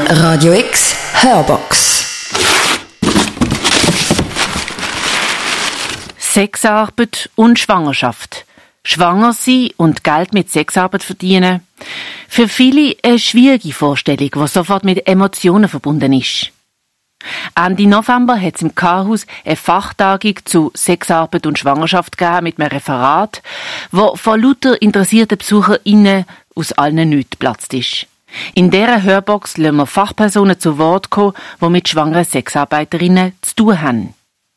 Radio X Hörbox. Sexarbeit und Schwangerschaft. Schwanger sein und Geld mit Sexarbeit verdienen. Für viele eine schwierige Vorstellung, die sofort mit Emotionen verbunden ist. Ende November hat es im K-Haus eine Fachtagung zu Sexarbeit und Schwangerschaft gegeben mit einem Referat, wo von lauter interessierten BesucherInnen aus allen Nüten geplatzt ist. In dieser Hörbox lassen wir Fachpersonen zu Wort kommen, die mit schwangeren Sexarbeiterinnen zu tun haben.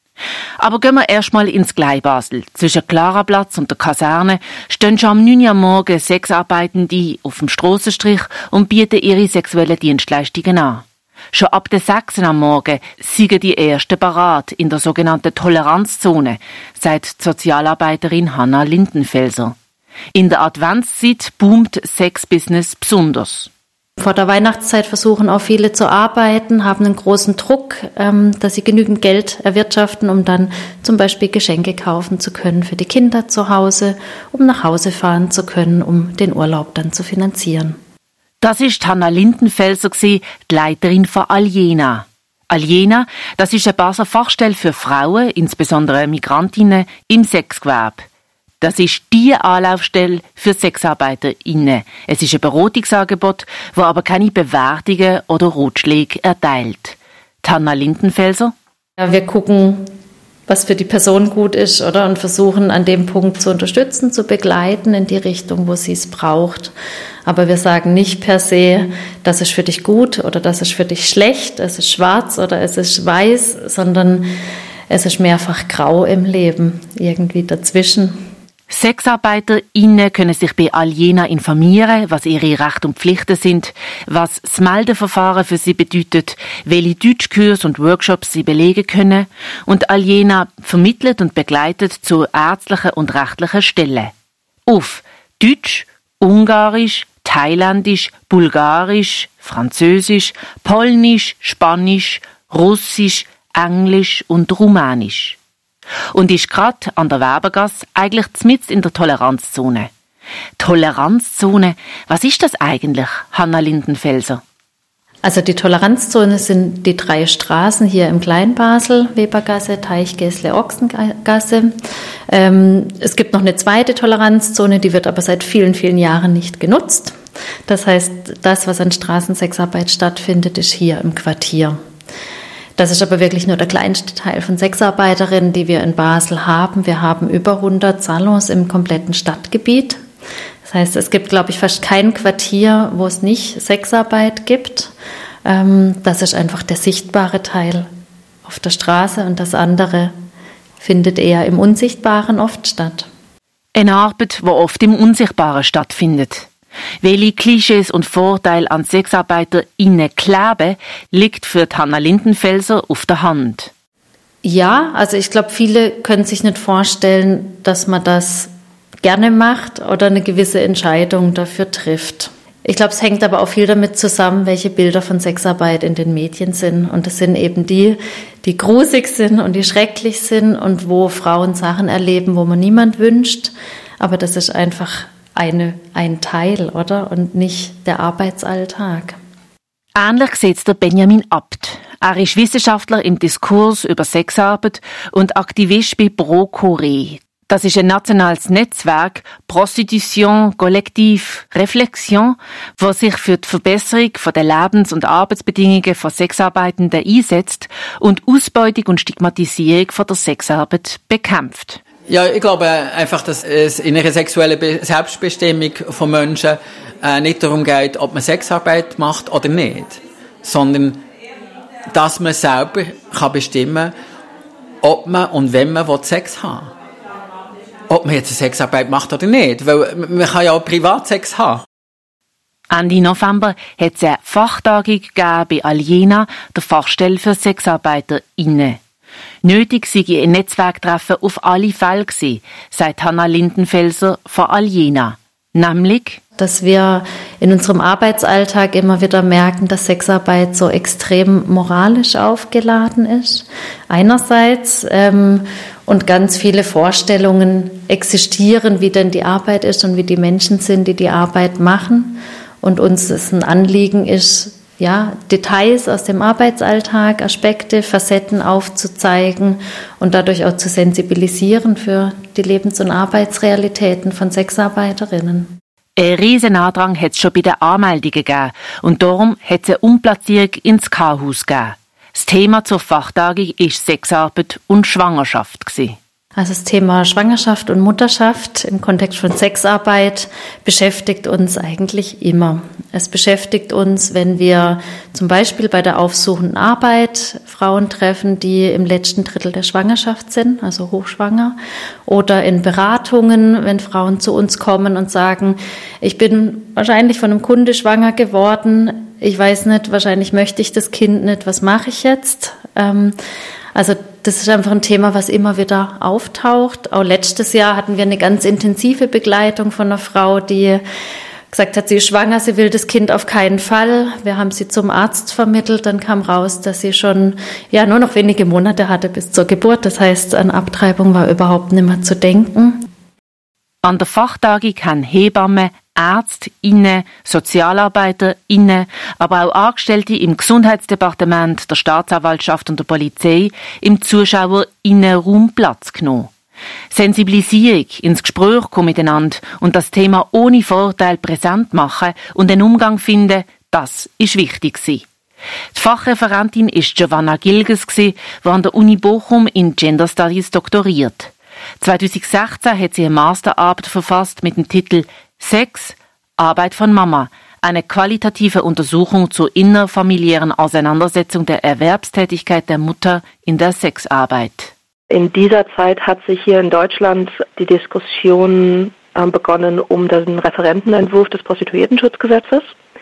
Aber gehen wir erstmal ins Gleibasel. Zwischen Klaraplatz und der Kaserne stehen schon am 9 Uhr am Morgen Sexarbeitende auf dem Strassenstrich und bieten ihre sexuellen Dienstleistungen an. Schon ab der 6 Uhr am Morgen sind die ersten parat in der sogenannten Toleranzzone, sagt die Sozialarbeiterin Hanna Lindenfelser. In der Adventszeit boomt Sexbusiness besonders. Vor der Weihnachtszeit versuchen auch viele zu arbeiten, haben einen großen Druck, dass sie genügend Geld erwirtschaften, um dann zum Beispiel Geschenke kaufen zu können für die Kinder zu Hause, um nach Hause fahren zu können, um den Urlaub dann zu finanzieren. Das ist Hanna Lindenfelser, die Leiterin von Aliena. Aliena, das ist eine Basler Fachstelle für Frauen, insbesondere Migrantinnen, im Sexgewerbe. Das ist die Anlaufstelle für SexarbeiterInnen. Es ist ein Beratungsangebot, das aber keine Bewertungen oder Ratschläge erteilt. Hanna Lindenfelser? Ja, wir gucken, was für die Person gut ist, oder? Und versuchen an dem Punkt zu unterstützen, zu begleiten in die Richtung, wo sie es braucht. Aber wir sagen nicht per se, das ist für dich gut oder das ist für dich schlecht, es ist schwarz oder es ist weiß, sondern es ist mehrfach grau im Leben, irgendwie dazwischen. SexarbeiterInnen können sich bei Aliena informieren, was ihre Rechte und Pflichten sind, was das Meldeverfahren für sie bedeutet, welche Deutschkurse und Workshops sie belegen können, und Aliena vermittelt und begleitet zu ärztlichen und rechtlichen Stellen. Auf Deutsch, Ungarisch, Thailändisch, Bulgarisch, Französisch, Polnisch, Spanisch, Russisch, Englisch und Rumänisch. Und ist gerade an der Webergasse eigentlich mitten in der Toleranzzone. Toleranzzone, was ist das eigentlich, Hanna Lindenfelser? Also die Toleranzzone sind die 3 Straßen hier im Kleinbasel, Webergasse, Teichgässle, Ochsengasse. Es gibt noch eine zweite Toleranzzone, die wird aber seit vielen, vielen Jahren nicht genutzt. Das heißt, das, was an Straßensexarbeit stattfindet, ist hier im Quartier. Das ist aber wirklich nur der kleinste Teil von Sexarbeiterinnen, die wir in Basel haben. Wir haben über 100 Salons im kompletten Stadtgebiet. Das heißt, es gibt, glaube ich, fast kein Quartier, wo es nicht Sexarbeit gibt. Das ist einfach der sichtbare Teil auf der Straße und das andere findet eher im Unsichtbaren oft statt. Eine Arbeit, die oft im Unsichtbaren stattfindet. Welche Klischees und Vorteile an SexarbeiterInnen kleben, liegt für Hanna Lindenfelser auf der Hand. Ja, also ich glaube, viele können sich nicht vorstellen, dass man das gerne macht oder eine gewisse Entscheidung dafür trifft. Ich glaube, es hängt aber auch viel damit zusammen, welche Bilder von Sexarbeit in den Medien sind. Und das sind eben die grusig sind und die schrecklich sind und wo Frauen Sachen erleben, wo man niemand wünscht. Aber das ist einfach ein Teil, oder? Und nicht der Arbeitsalltag. Ähnlich sieht es der Benjamin Abt. Er ist Wissenschaftler im Diskurs über Sexarbeit und Aktivist bei ProCore. Das ist ein nationales Netzwerk Prostitution Collective Reflexion, das sich für die Verbesserung der Lebens- und Arbeitsbedingungen von Sexarbeitenden einsetzt und Ausbeutung und Stigmatisierung von der Sexarbeit bekämpft. Ja, ich glaube einfach, dass es in einer sexuellen Selbstbestimmung von Menschen nicht darum geht, ob man Sexarbeit macht oder nicht, sondern dass man selber kann bestimmen, ob man und wenn man Sex haben will. Ob man jetzt eine Sexarbeit macht oder nicht, weil man kann ja auch Privatsex haben. Ende November hat es eine Fachtagung gegeben bei Aliena, der Fachstelle für SexarbeiterInnen. Nötig sei ein Netzwerktreffen auf alle Fälle gewesen, sagt Hanna Lindenfelser von Aliena. Nämlich, dass wir in unserem Arbeitsalltag immer wieder merken, dass Sexarbeit so extrem moralisch aufgeladen ist. Einerseits und ganz viele Vorstellungen existieren, wie denn die Arbeit ist und wie die Menschen sind, die die Arbeit machen. Und uns es ein Anliegen ist, Details aus dem Arbeitsalltag, Aspekte, Facetten aufzuzeigen und dadurch auch zu sensibilisieren für die Lebens- und Arbeitsrealitäten von Sexarbeiterinnen. Ein riesen Andrang hat es schon bei den Anmeldungen gegeben und darum hat es eine Umplatzierung ins K-Haus gegeben. Das Thema zur Fachtagung war Sexarbeit und Schwangerschaft. Also das Thema Schwangerschaft und Mutterschaft im Kontext von Sexarbeit beschäftigt uns eigentlich immer. Es beschäftigt uns, wenn wir zum Beispiel bei der aufsuchenden Arbeit Frauen treffen, die im letzten Drittel der Schwangerschaft sind, also hochschwanger, oder in Beratungen, wenn Frauen zu uns kommen und sagen, ich bin wahrscheinlich von einem Kunde schwanger geworden, ich weiß nicht, wahrscheinlich möchte ich das Kind nicht, was mache ich jetzt? Also das ist einfach ein Thema, was immer wieder auftaucht. Auch letztes Jahr hatten wir eine ganz intensive Begleitung von einer Frau, die gesagt hat, sie ist schwanger, sie will das Kind auf keinen Fall. Wir haben sie zum Arzt vermittelt, dann kam raus, dass sie schon nur noch wenige Monate hatte bis zur Geburt. Das heißt, an Abtreibung war überhaupt nicht mehr zu denken. An der Fachtagung haben Hebammen, ÄrztInnen, SozialarbeiterInnen, aber auch Angestellte im Gesundheitsdepartement, der Staatsanwaltschaft und der Polizei im ZuschauerInnenraum Platz genommen. Sensibilisierung, ins Gespräch kommen miteinander und das Thema ohne Vorteil präsent machen und einen Umgang finden, das ist wichtig gewesen. Die Fachreferentin war Giovanna Gilges, die an der Uni Bochum in Gender Studies doktoriert. 2016 hat sie eine Masterarbeit verfasst mit dem Titel Sex, Arbeit von Mama, eine qualitative Untersuchung zur innerfamiliären Auseinandersetzung der Erwerbstätigkeit der Mutter in der Sexarbeit. In dieser Zeit hat sich hier in Deutschland die Diskussion begonnen um den Referentenentwurf des Prostituiertenschutzgesetzes.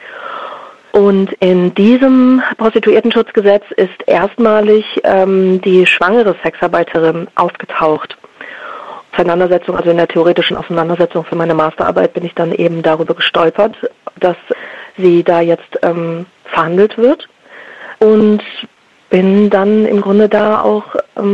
Und in diesem Prostituiertenschutzgesetz ist erstmalig die schwangere Sexarbeiterin aufgetaucht. Auseinandersetzung, also in der theoretischen Auseinandersetzung für meine Masterarbeit bin ich dann eben darüber gestolpert, dass sie da jetzt verhandelt wird und bin dann im Grunde da auch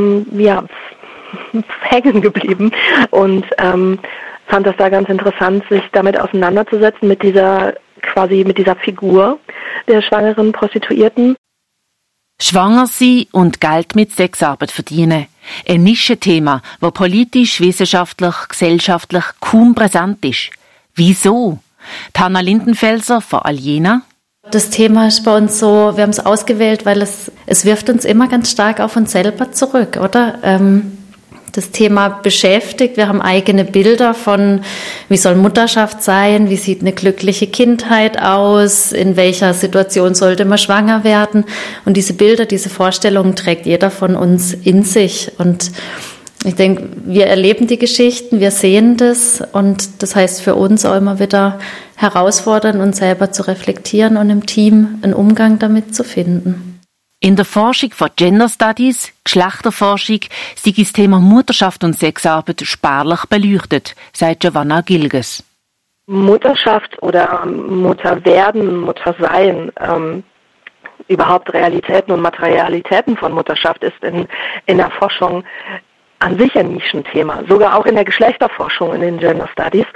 hängen geblieben und fand das da ganz interessant, sich damit auseinanderzusetzen mit dieser Figur der schwangeren Prostituierten. Schwanger sein und Geld mit Sexarbeit verdienen. Ein Nischenthema, das politisch, wissenschaftlich, gesellschaftlich kaum präsent ist. Wieso? Hanna Lindenfelser von Aliena. Das Thema ist bei uns so, wir haben es ausgewählt, weil es wirft uns immer ganz stark auf uns selber zurück, oder? Das Thema beschäftigt. Wir haben eigene Bilder von, wie soll Mutterschaft sein, wie sieht eine glückliche Kindheit aus, in welcher Situation sollte man schwanger werden. Und diese Bilder, diese Vorstellungen trägt jeder von uns in sich. Und ich denke, wir erleben die Geschichten, wir sehen das und das heißt für uns auch immer wieder herausfordern, uns selber zu reflektieren und im Team einen Umgang damit zu finden. In der Forschung von Gender Studies, Geschlechterforschung, sei das Thema Mutterschaft und Sexarbeit spärlich beleuchtet, sagt Giovanna Gilges. Mutterschaft oder Mutterwerden, Muttersein, überhaupt Realitäten und Materialitäten von Mutterschaft ist in der Forschung an sich ein Nischenthema, sogar auch in der Geschlechterforschung, in den Gender Studies,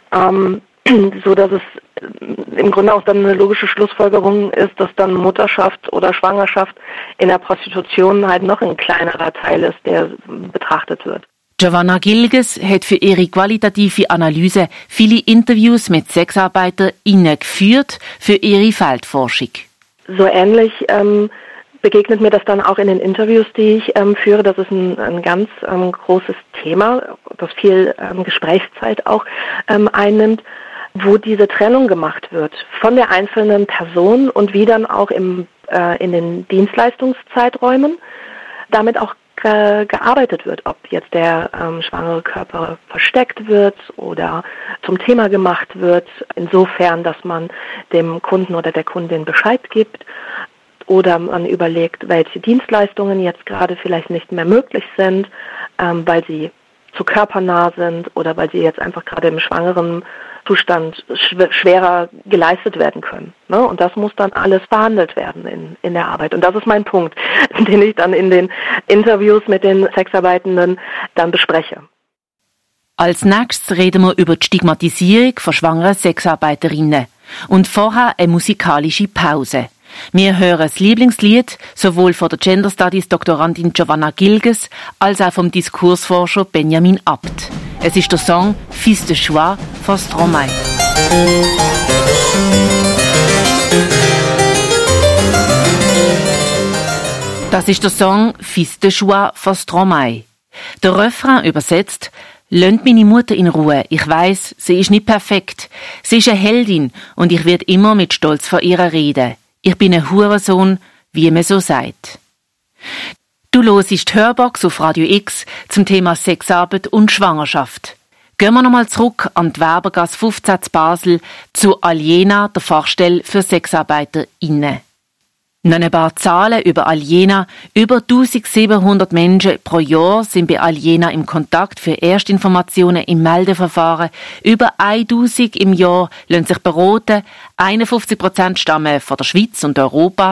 so dass es im Grunde auch dann eine logische Schlussfolgerung ist, dass dann Mutterschaft oder Schwangerschaft in der Prostitution halt noch ein kleinerer Teil ist, der betrachtet wird. Giovanna Gilges hat für ihre qualitative Analyse viele Interviews mit SexarbeiterInnen geführt für ihre Feldforschung. So ähnlich begegnet mir das dann auch in den Interviews, die ich führe. Das ist ein ganz großes Thema, das viel Gesprächszeit auch einnimmt, wo diese Trennung gemacht wird von der einzelnen Person und wie dann auch in den Dienstleistungszeiträumen damit auch gearbeitet wird, ob jetzt der schwangere Körper versteckt wird oder zum Thema gemacht wird, insofern, dass man dem Kunden oder der Kundin Bescheid gibt oder man überlegt, welche Dienstleistungen jetzt gerade vielleicht nicht mehr möglich sind, weil sie zu körpernah sind oder weil sie jetzt einfach gerade im schwangeren Zustand schwerer geleistet werden können. Ne? Und das muss dann alles verhandelt werden in der Arbeit. Und das ist mein Punkt, den ich dann in den Interviews mit den Sexarbeitenden dann bespreche. Als nächstes reden wir über die Stigmatisierung von schwangeren Sexarbeiterinnen. Und vorher eine musikalische Pause. Wir hören das Lieblingslied sowohl von der Gender Studies Doktorandin Giovanna Gilges als auch vom Diskursforscher Benjamin Abt. Es ist der Song «Fils de Choix» von Stromae. Das ist der Song «Fils de Choix» von Stromae. Der Refrain übersetzt: «Lasst meine Mutter in Ruhe. Ich weiss, sie ist nicht perfekt. Sie ist eine Heldin und ich werde immer mit Stolz von ihr reden. Ich bin ein Hurensohn, wie man so sagt.» Du hörst die Hörbox auf Radio X zum Thema Sexarbeit und Schwangerschaft. Gehen wir nochmal zurück an die Werbergasse 15 zu Basel zu Aliena, der Fachstelle für SexarbeiterInnen. Noch ein paar Zahlen über Aliena. Über 1700 Menschen pro Jahr sind bei Aliena im Kontakt für Erstinformationen im Meldeverfahren. Über 1000 im Jahr lassen sich beraten. 51% stammen von der Schweiz und Europa,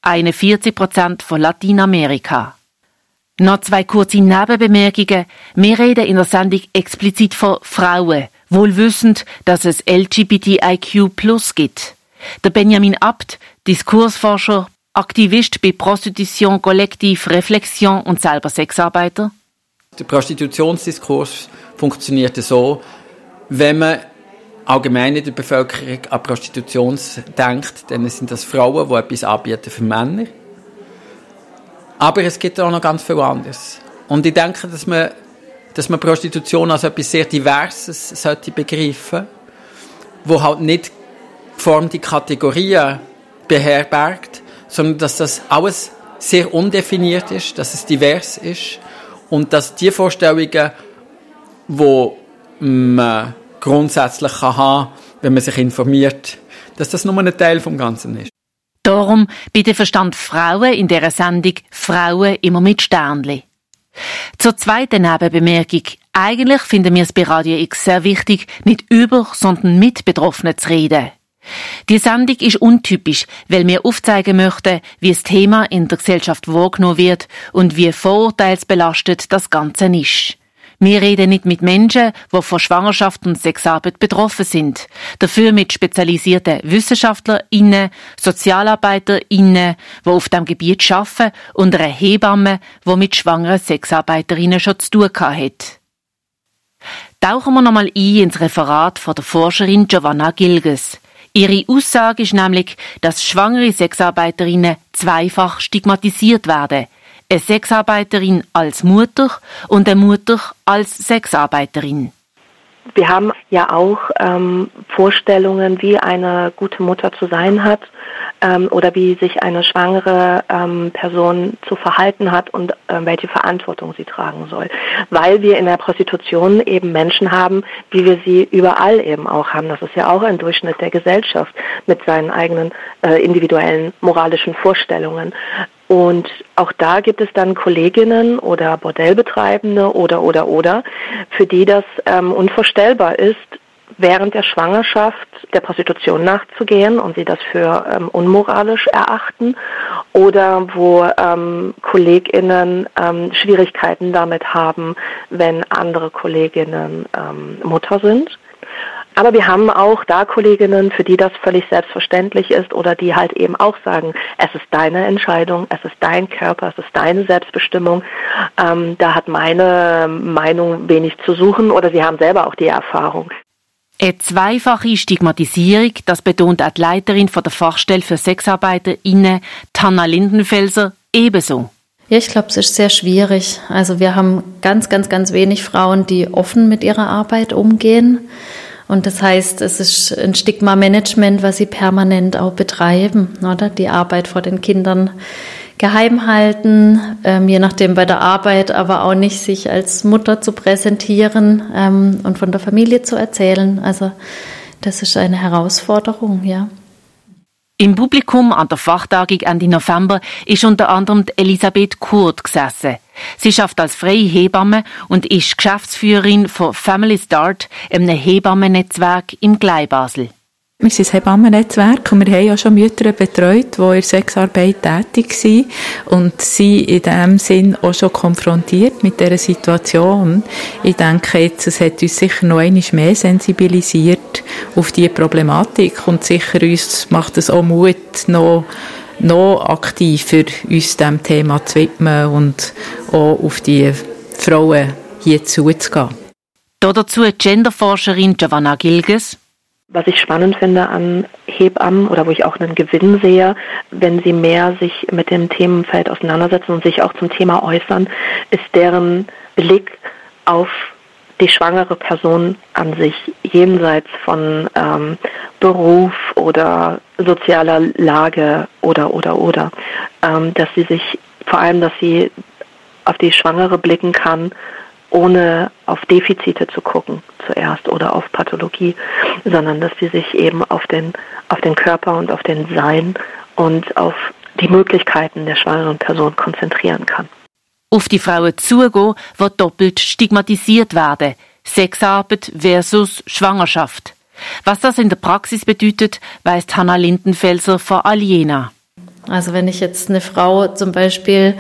41% von Lateinamerika. Noch 2 kurze Nebenbemerkungen. Wir reden in der Sendung explizit von Frauen, wohl wissend, dass es LGBTIQ+ gibt. Der Benjamin Abt, Diskursforscher, Aktivist bei Prostitution Kollektiv, Reflexion und selber Sexarbeiter. Der Prostitutionsdiskurs funktioniert so, wenn man allgemein in der Bevölkerung an Prostitution denkt, dann sind das Frauen, die etwas anbieten für Männer. Aber es gibt auch noch ganz viel anderes. Und ich denke, dass man Prostitution als etwas sehr Diverses sollte begreifen, wo halt nicht geformte Kategorien beherbergt, sondern dass das alles sehr undefiniert ist, dass es divers ist und dass die Vorstellungen, die man grundsätzlich haben kann, wenn man sich informiert, dass das nur ein Teil vom Ganzen ist. Darum bitte verstand Frauen in dieser Sendung Frauen immer mit Sternli. Zur zweiten Nebenbemerkung. Eigentlich finden wir es bei Radio X sehr wichtig, nicht über, sondern mit Betroffenen zu reden. Die Sendung ist untypisch, weil wir aufzeigen möchten, wie das Thema in der Gesellschaft wahrgenommen wird und wie vorurteilsbelastet das Ganze ist. Wir reden nicht mit Menschen, die von Schwangerschaft und Sexarbeit betroffen sind. Dafür mit spezialisierten WissenschaftlerInnen, SozialarbeiterInnen, die auf diesem Gebiet arbeiten und einer Hebamme, die mit schwangeren Sexarbeiterinnen schon zu tun hat. Tauchen wir nochmal ein ins Referat von der Forscherin Giovanna Gilges. Ihre Aussage ist nämlich, dass schwangere Sexarbeiterinnen zweifach stigmatisiert werden. Eine Sexarbeiterin als Mutter und eine Mutter als Sexarbeiterin. Wir haben ja auch Vorstellungen, wie eine gute Mutter zu sein hat oder wie sich eine schwangere Person zu verhalten hat und welche Verantwortung sie tragen soll. Weil wir in der Prostitution eben Menschen haben, wie wir sie überall eben auch haben. Das ist ja auch ein Durchschnitt der Gesellschaft mit seinen eigenen individuellen moralischen Vorstellungen. Und auch da gibt es dann Kolleginnen oder Bordellbetreibende oder, für die das unvorstellbar ist, während der Schwangerschaft der Prostitution nachzugehen und sie das für unmoralisch erachten oder wo KollegInnen Schwierigkeiten damit haben, wenn andere Kolleginnen Mutter sind. Aber wir haben auch da Kolleginnen, für die das völlig selbstverständlich ist oder die halt eben auch sagen, es ist deine Entscheidung, es ist dein Körper, es ist deine Selbstbestimmung. Da hat meine Meinung wenig zu suchen oder sie haben selber auch die Erfahrung. Eine zweifache Stigmatisierung, das betont auch die Leiterin von der Fachstelle für SexarbeiterInnen, Hanna Lindenfelser, ebenso. Ja, ich glaube, es ist sehr schwierig. Also wir haben ganz wenig Frauen, die offen mit ihrer Arbeit umgehen. Und das heißt, es ist ein Stigma-Management, was sie permanent auch betreiben, oder? Die Arbeit vor den Kindern geheim halten, je nachdem bei der Arbeit, aber auch nicht sich als Mutter zu präsentieren und von der Familie zu erzählen. Also das ist eine Herausforderung, ja. Im Publikum an der Fachtagung Ende November ist unter anderem Elisabeth Kurt gesessen. Sie arbeitet als freie Hebamme und ist Geschäftsführerin von Family Start, einem Hebammennetzwerk im Gleibasel. Wir sind ein Hebammennetzwerk und wir haben ja schon Mütter betreut, die in der Sexarbeit tätig sind und sind in diesem Sinn auch schon konfrontiert mit dieser Situation. Ich denke jetzt, es hat uns sicher noch einmal mehr sensibilisiert auf diese Problematik und sicher uns macht es auch Mut, noch noch aktiver uns diesem Thema zu widmen und auch auf die Frauen hier zuzugehen. Dazu die Genderforscherin Giovanna Gilges. Was ich spannend finde an Hebammen oder wo ich auch einen Gewinn sehe, wenn sie mehr sich mit dem Themenfeld auseinandersetzen und sich auch zum Thema äußern, ist deren Blick auf die schwangere Person an sich, jenseits von Beruf oder sozialer Lage oder. Dass sie sich, vor allem, dass sie auf die Schwangere blicken kann, ohne auf Defizite zu gucken zuerst oder auf Pathologie, sondern dass sie sich eben auf den Körper und auf den Sein und auf die Möglichkeiten der schwangeren Person konzentrieren kann. Auf die Frauen zugehen, die doppelt stigmatisiert werden. Sexarbeit versus Schwangerschaft. Was das in der Praxis bedeutet, weiss Hanna Lindenfelser von Aliena. Also wenn ich jetzt eine Frau zum Beispiel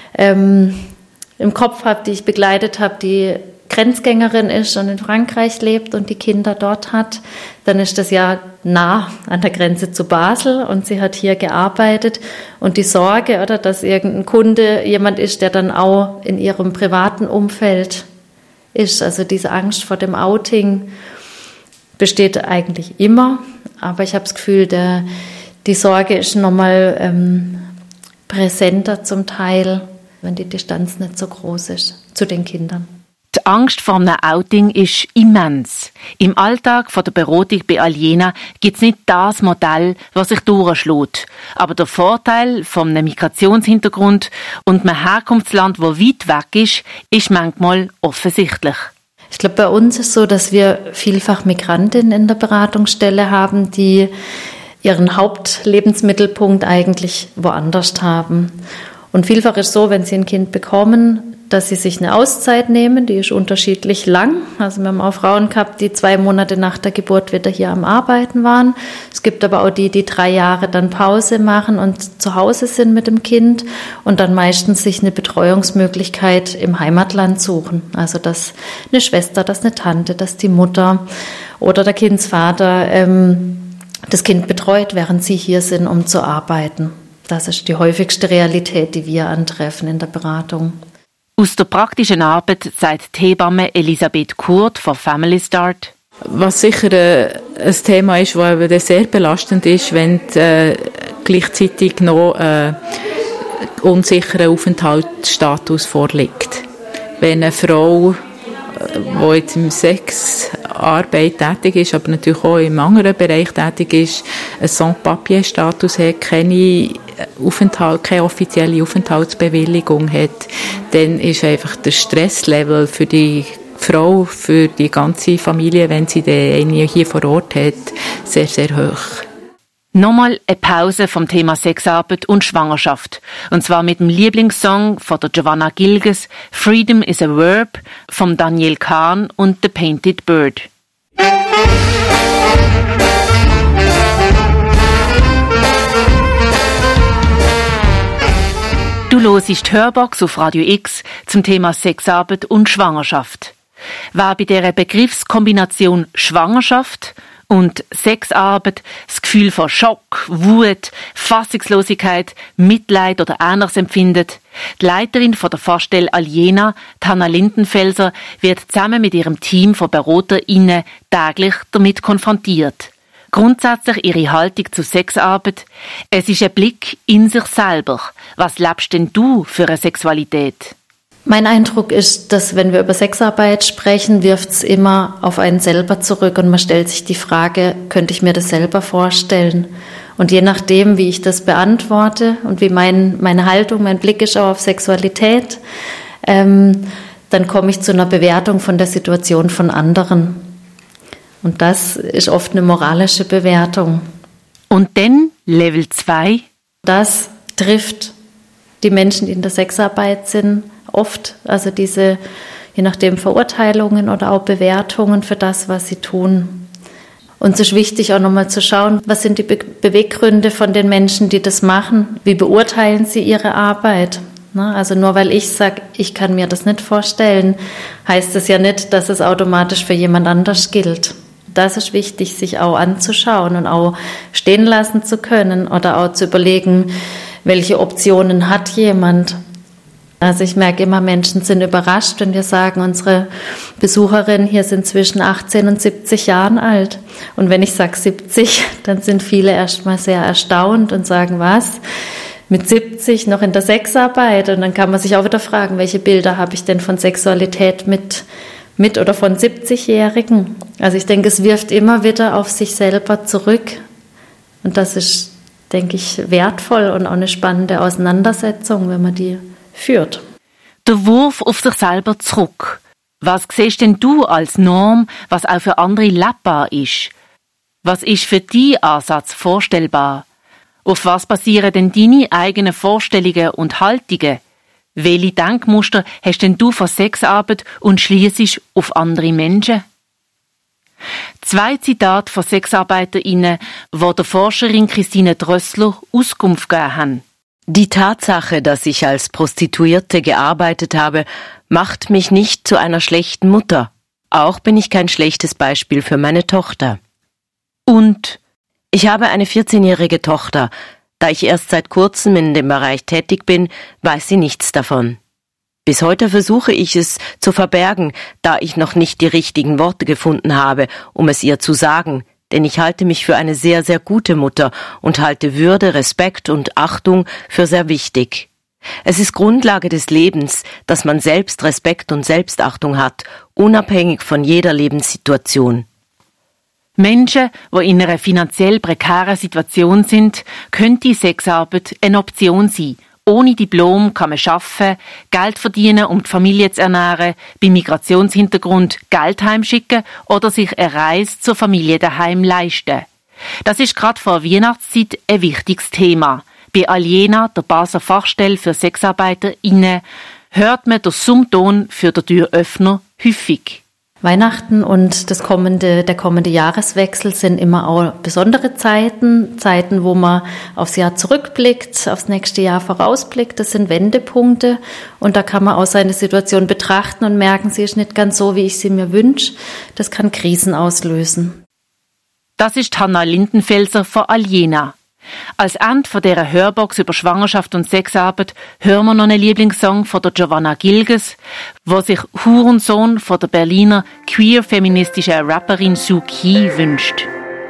im Kopf habe, die ich begleitet habe, die Grenzgängerin ist und in Frankreich lebt und die Kinder dort hat, dann ist das ja nah an der Grenze zu Basel und sie hat hier gearbeitet und die Sorge, oder, dass irgendein Kunde jemand ist, der dann auch in ihrem privaten Umfeld ist, also diese Angst vor dem Outing besteht eigentlich immer, aber ich habe das Gefühl, die Sorge ist nochmal präsenter zum Teil, wenn die Distanz nicht so groß ist zu den Kindern. Die Angst vor einem Outing ist immens. Im Alltag von der Beratung bei Aliena gibt es nicht das Modell, was sich durchschlägt. Aber der Vorteil von einem Migrationshintergrund und einem Herkunftsland, das weit weg ist manchmal offensichtlich. Ich glaube, bei uns ist es so, dass wir vielfach Migrantinnen in der Beratungsstelle haben, die ihren Hauptlebensmittelpunkt eigentlich woanders haben. Und vielfach ist es so, wenn sie ein Kind bekommen, dass sie sich eine Auszeit nehmen, die ist unterschiedlich lang. Also wir haben auch Frauen gehabt, die 2 Monate nach der Geburt wieder hier am Arbeiten waren. Es gibt aber auch die 3 Jahre dann Pause machen und zu Hause sind mit dem Kind und dann meistens sich eine Betreuungsmöglichkeit im Heimatland suchen. Also dass eine Schwester, dass eine Tante, dass die Mutter oder der Kindsvater das Kind betreut, während sie hier sind, um zu arbeiten. Das ist die häufigste Realität, die wir antreffen in der Beratung. Aus der praktischen Arbeit sagt die Hebamme Elisabeth Kurt von Family Start. Was sicher ein Thema ist, das sehr belastend ist, wenn gleichzeitig noch unsicherer Aufenthaltsstatus vorliegt. Wenn eine Frau, die jetzt im Sexarbeit tätig ist, aber natürlich auch im anderen Bereich tätig ist, einen Sans-Papier-Status hat, keine offizielle Aufenthaltsbewilligung hat, dann ist einfach der Stresslevel für die Frau, für die ganze Familie, wenn sie den hier vor Ort hat, sehr, sehr hoch. Nochmal eine Pause vom Thema Sexarbeit und Schwangerschaft. Und zwar mit dem Lieblingssong von der Giovanna Gilges, Freedom is a Verb, von Daniel Kahn und The Painted Bird. Du hörst die Hörbox auf Radio X zum Thema Sexarbeit und Schwangerschaft. Wer bei dieser Begriffskombination Schwangerschaft und Sexarbeit das Gefühl von Schock, Wut, Fassungslosigkeit, Mitleid oder Ähnliches empfindet, die Leiterin von der Fachstelle Aliena, Hanna Lindenfelser, wird zusammen mit ihrem Team von BeraterInnen täglich damit konfrontiert. Grundsätzlich ihre Haltung zu Sexarbeit. Es ist ein Blick in sich selber. Was lebst denn du für eine Sexualität? Mein Eindruck ist, dass wenn wir über Sexarbeit sprechen, wirft es immer auf einen selber zurück und man stellt sich die Frage, könnte ich mir das selber vorstellen? Und je nachdem, wie ich das beantworte und wie meine Haltung, mein Blick ist auch auf Sexualität, dann komme ich zu einer Bewertung von der Situation von anderen. Und das ist oft eine moralische Bewertung. Und dann Level 2? Das trifft die Menschen, die in der Sexarbeit sind, oft. Also diese, je nachdem, Verurteilungen oder auch Bewertungen für das, was sie tun. Und es ist wichtig auch nochmal zu schauen, was sind die Beweggründe von den Menschen, die das machen? Wie beurteilen sie ihre Arbeit? Also nur weil ich sage, ich kann mir das nicht vorstellen, heißt es ja nicht, dass es automatisch für jemand anders gilt. Das ist wichtig, sich auch anzuschauen und auch stehen lassen zu können oder auch zu überlegen, welche Optionen hat jemand? Also ich merke immer, Menschen sind überrascht, wenn wir sagen, unsere Besucherinnen hier sind zwischen 18 und 70 Jahren alt. Und wenn ich sage 70, dann sind viele erstmal sehr erstaunt und sagen, was? Mit 70 noch in der Sexarbeit? Und dann kann man sich auch wieder fragen, welche Bilder habe ich denn von Sexualität mit oder von 70-Jährigen? Also ich denke, es wirft immer wieder auf sich selber zurück. Und das ist, denke ich, wertvoll und auch eine spannende Auseinandersetzung, wenn man die führt. Der Wurf auf sich selber zurück. Was siehst denn du als Norm, was auch für andere lebbar ist? Was ist für deinen Ansatz vorstellbar? Auf was basieren denn deine eigenen Vorstellungen und Haltungen? Welche Denkmuster hast denn du von Sexarbeit und schliessest auf andere Menschen? 2 Zitate von SexarbeiterInnen, die der Forscherin Christine Drössler Auskunft gegeben haben. Die Tatsache, dass ich als Prostituierte gearbeitet habe, macht mich nicht zu einer schlechten Mutter. Auch bin ich kein schlechtes Beispiel für meine Tochter. Und ich habe eine 14-jährige Tochter. Da ich erst seit kurzem in dem Bereich tätig bin, weiß sie nichts davon. Bis heute versuche ich es zu verbergen, da ich noch nicht die richtigen Worte gefunden habe, um es ihr zu sagen, denn ich halte mich für eine sehr, sehr gute Mutter und halte Würde, Respekt und Achtung für sehr wichtig. Es ist Grundlage des Lebens, dass man selbst Respekt und Selbstachtung hat, unabhängig von jeder Lebenssituation. Menschen, die in einer finanziell prekären Situation sind, könnte Sexarbeit eine Option sein. Ohne Diplom kann man arbeiten, Geld verdienen, um die Familie zu ernähren, bei Migrationshintergrund Geld heimschicken oder sich eine Reise zur Familie daheim leisten. Das ist gerade vor Weihnachtszeit ein wichtiges Thema. Bei Aliena, der Basler Fachstelle für SexarbeiterInnen, hört man den Summton für den Türöffner häufig. Weihnachten und der kommende Jahreswechsel sind immer auch besondere Zeiten, wo man aufs Jahr zurückblickt, aufs nächste Jahr vorausblickt. Das sind Wendepunkte und da kann man auch seine Situation betrachten und merken, sie ist nicht ganz so, wie ich sie mir wünsche. Das kann Krisen auslösen. Das ist Hanna Lindenfelser von Aliena. Als Ende von dieser Hörbox über Schwangerschaft und Sexarbeit hören wir noch einen Lieblingssong von der Giovanna Gilges, wo sich Hurensohn von der Berliner queer-feministischen Rapperin Suu Kyi wünscht.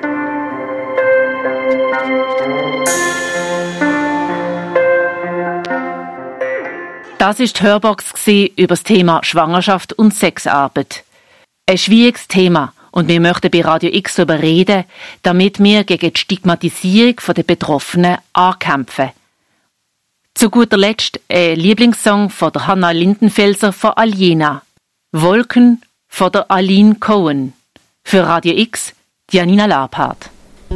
Das ist die Hörbox über das Thema Schwangerschaft und Sexarbeit. Ein schwieriges Thema. Und wir möchten bei Radio X darüber reden, damit wir gegen die Stigmatisierung der Betroffenen ankämpfen. Zu guter Letzt ein Lieblingssong von der Hanna Lindenfelser von Aliena. Wolken von der Aline Cohen. Für Radio X, Janina Labhardt.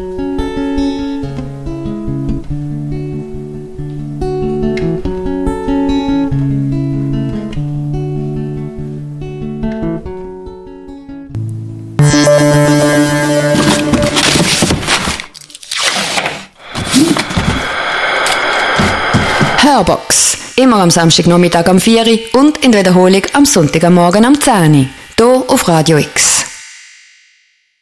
Hörbox. Immer am Samstagnachmittag am 4 Uhr und in der Wiederholung am Sonntagmorgen am 10 Uhr. Hier auf Radio X.